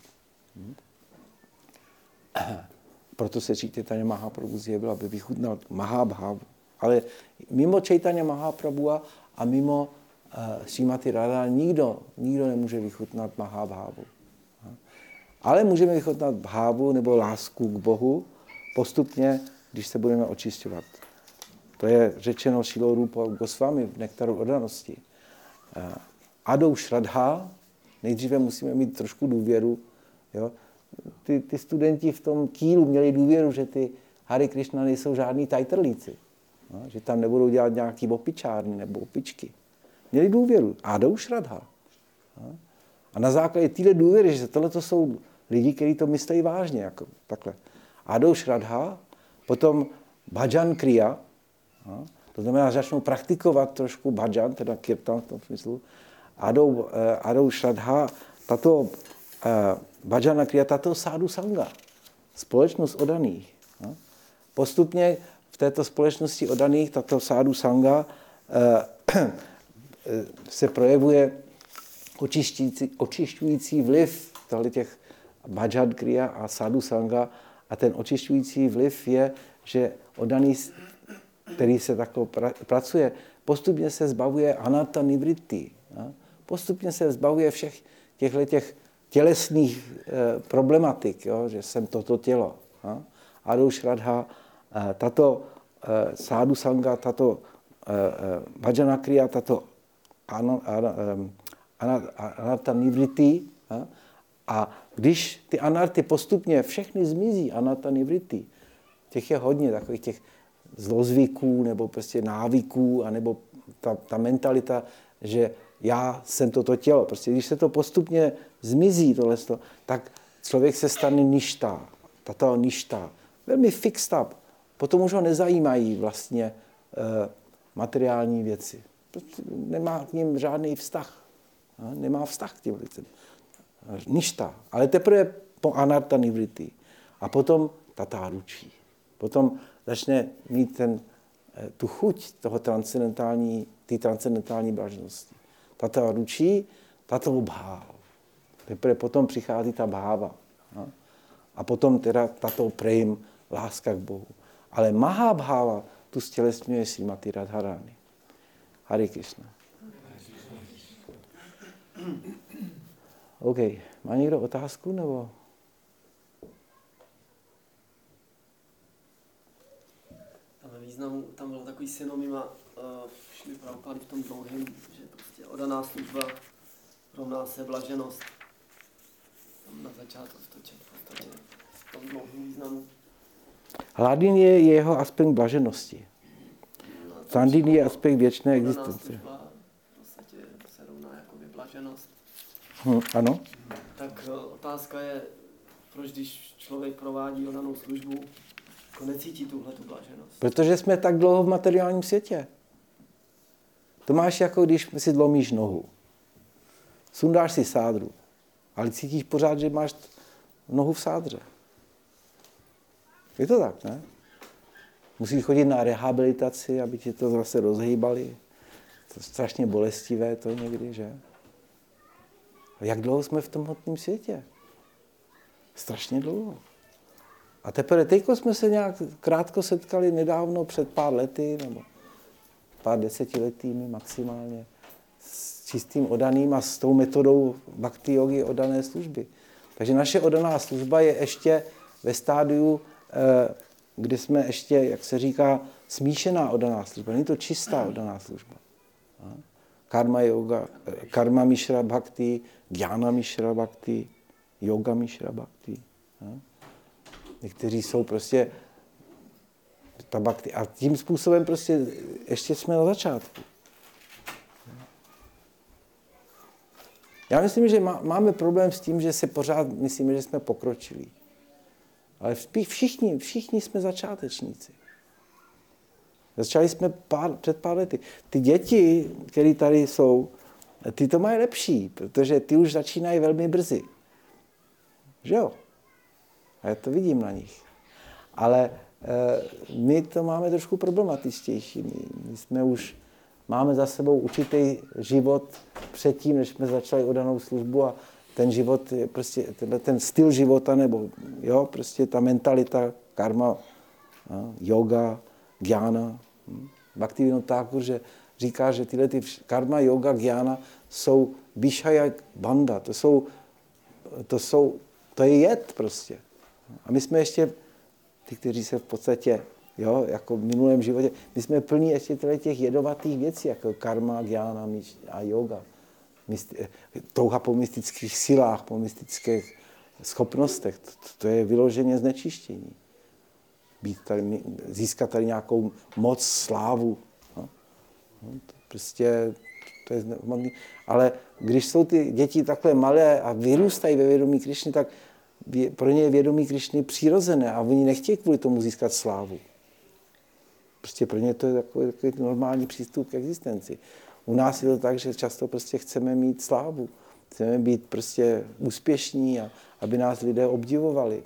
Proto se Chaitanya Mahaprabhu zjevil, aby vychutnal Mahabhávu. Ale mimo Chaitanya Mahaprabhu a mimo Šrímati Radharani nikdo nemůže vychutnat Mahabhávu. Ale můžeme vychutnat bhávu nebo lásku k Bohu postupně, když se budeme očišťovat. To je řečeno Šrílou Rúpa Gosvámi v Nektaru oddanosti. Adou Šradha, nejdříve musíme mít trošku důvěru. Jo? Ty studenti v tom kýlu měli důvěru, že ty Hare Krishna nejsou žádní tajtrlíci. No? Že tam nebudou dělat nějaký opičárny nebo opičky. Měli důvěru. Adou Šradha. No? A na základě téhle důvěry, že tohle jsou lidi, kteří to myslí vážně. Jako takhle. Adou Šradha, potom bhajan kriya, no? To znamená, že začnou praktikovat trošku bhajan, teda kirtan v tom smyslu. Adou Šradha, tato bhajana kriya, tato sádu sanga, společnost oddaných. No? Postupně v této společnosti oddaných, tato sádu sanga se projevuje očišťující vliv těch bhajan kriya a sádu sanga. A ten očišťující vliv je, že oddaný, který se takto pracuje, postupně se zbavuje anatta nivritti. Postupně se zbavuje všech těchto tělesných problematik, jo? Že jsem toto tělo. Adou Šradha, tato sádu sanga, tato bhajana kriya, tato anatta nivritti. A když ty anarty postupně všechny zmizí, anatta nivritti, těch je hodně takových těch zlozvyků nebo prostě návyků, anebo ta mentalita, že já jsem toto tělo. Prostě když se to postupně zmizí, tohleto, tak člověk se stane ništá. Tato ništá. Velmi fixed up. Potom už ho nezajímají vlastně materiální věci. Prostě nemá k ním žádný vztah. Nemá vztah k těm věcem. Ništa. Ale teprve po anatta nivritti. A potom tatá ručí. Potom začne mít tu chuť toho transcendentální blaženosti. Tatá ručí, tato bháv. Teprve potom přichází ta bháva. A potom teda tato prém, láska k Bohu. Ale Mahabháva tu stělesňuje Šrímati Radharani. Hare Krishna. OK. Má někdo otázku, nebo? Tam ve významu, tam bylo takový synonyma Šrily Prabhupády v tom dlouhém, že prostě oddaná služba rovná se blaženost. Tam na začátku stočet v podstatě v tom dlouhém významu. Hladin je jeho aspekt blaženosti. Sandin je aspekt věčné existence. Služba v podstatě se rovná jako blaženost. Ano. Tak otázka je, proč když člověk provádí oddanou službu, jako necítí tuhletu blaženost? Protože jsme tak dlouho v materiálním světě. To máš jako když si zlomíš nohu. Sundáš si sádru, ale cítíš pořád, že máš nohu v sádře. Je to tak, ne? Musíš chodit na rehabilitaci, aby ti to zase rozhýbali. To je strašně bolestivé to někdy, že? A jak dlouho jsme v tom hmotném světě? Strašně dlouho. A teprve teďko jsme se nějak krátko setkali nedávno, před pár lety, nebo pár desetiletými maximálně, s čistým oddaným a s tou metodou bhakti yogi oddané služby. Takže naše oddaná služba je ještě ve stádiu, kde jsme ještě, jak se říká, smíšená oddaná služba. Není to čistá oddaná služba. Karma yoga, karma mishra bhakti, dhyana mishra bhakti, yoga mishra bhakti. Někteří jsou prostě ta bhakti. A tím způsobem prostě ještě jsme na začátku. Já myslím, že máme problém s tím, že se pořád myslíme, že jsme pokročili. Ale všichni jsme začátečníci. Začali jsme před pár lety. Ty děti, které tady jsou, ty to mají lepší, protože ty už začínají velmi brzy. Že jo? A já to vidím na nich. Ale my to máme trošku problematičtější. My jsme už máme za sebou určitý život předtím, než jsme začali oddanou službu a ten život je prostě, ten styl života, nebo jo, prostě ta mentalita, karma, yoga, dhyana, Bhaktivinoda Thakur, že říká, že tyhle ty karma, yoga, gyána jsou Vishaya banda, to je jed prostě. A my jsme ještě, ty, kteří se v podstatě, jo, jako v minulém životě, my jsme plní ještě těch jedovatých věcí, jako karma, gyána a yoga. Touha po mystických silách, po mystických schopnostech, to je vyloženě znečištění. Získat tady nějakou moc, slávu. No. Prostě to je hmotný. Ale když jsou ty děti takhle malé a vyrůstají ve vědomí Krišny, tak pro ně je vědomí Krišny přirozené a oni nechtějí kvůli tomu získat slávu. Prostě pro ně to je takový normální přístup k existenci. U nás je to tak, že často prostě chceme mít slávu. Chceme být prostě úspěšní a aby nás lidé obdivovali.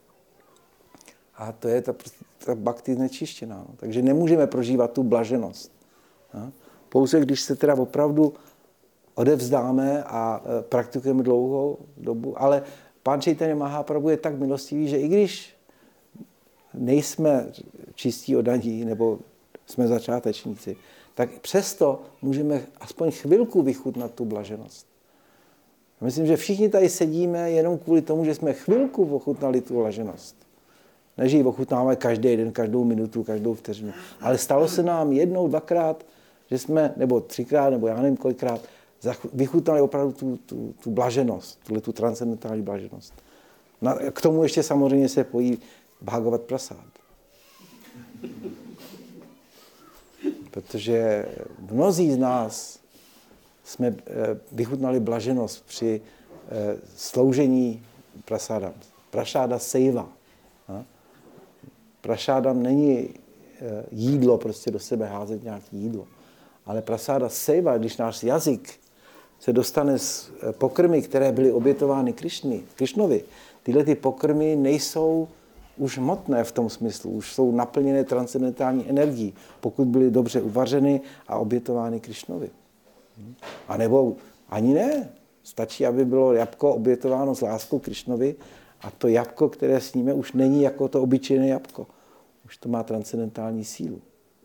A to je ta bhakti znečištěná. No. Takže nemůžeme prožívat tu blaženost. No. Pouze když se teda opravdu odevzdáme a praktikujeme dlouhou dobu, ale Pán Čejtanya Mahaprabhu je tak milostivý, že i když nejsme čistí oddaní nebo jsme začátečníci, tak přesto můžeme aspoň chvilku vychutnat tu blaženost. Myslím, že všichni tady sedíme jenom kvůli tomu, že jsme chvilku ochutnali tu blaženost. Ne, že ji ochutnáme každý den, každou minutu, každou vteřinu. Ale stalo se nám jednou, dvakrát, že jsme, nebo třikrát, nebo já nevím kolikrát, vychutnali opravdu tu blaženost, tu transcendentální blaženost. K tomu ještě samozřejmě se pojí Bhagavad Prasad. Protože mnozí z nás jsme vychutnali blaženost při sloužení prasádam. Prasáda sejva. Prašádam není jídlo, prostě do sebe házet nějaké jídlo. Ale prasáda sejva, když náš jazyk se dostane z pokrmy, které byly obětovány Krišnovi, tyhle ty pokrmy nejsou už hmotné v tom smyslu, už jsou naplněné transcendentální energií, pokud byly dobře uvařeny a obětovány Krišnovi. A nebo ani ne. Stačí, aby bylo jabko obětováno s láskou Krišnovi a to jabko, které sníme, už není jako to obyčejné jabko. Už to má transcendentální sílu.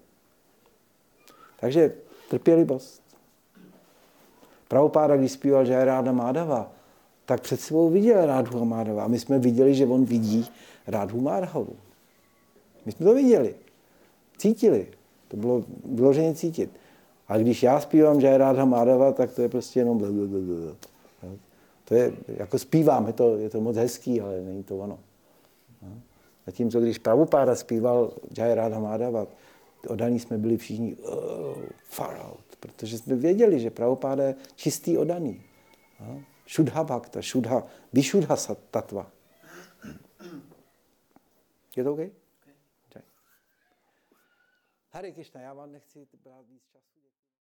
Takže trpělivost. Prabhupáda, když zpíval Jai Radha Madhava, tak před sebou viděl Rádhu a Madhava. A my jsme viděli, že on vidí Rádhu Madhavu. My jsme to viděli. Cítili. To bylo vyloženě cítit. A když já zpívám Jai Radha Madhava, tak to je prostě jenom blablabla. To je, jako zpívám, je to moc hezký, ale není to ono. Zatímco když Prabhupáda zpíval Jai Radha Madhava, oddaní jsme byli všichni far out, protože jsme věděli, že Prabhupáda je čistý oddaný. Šudha bhakta, vyšudha tattva. Je to OK? Hare Krishna, já vám nechci brát víc času.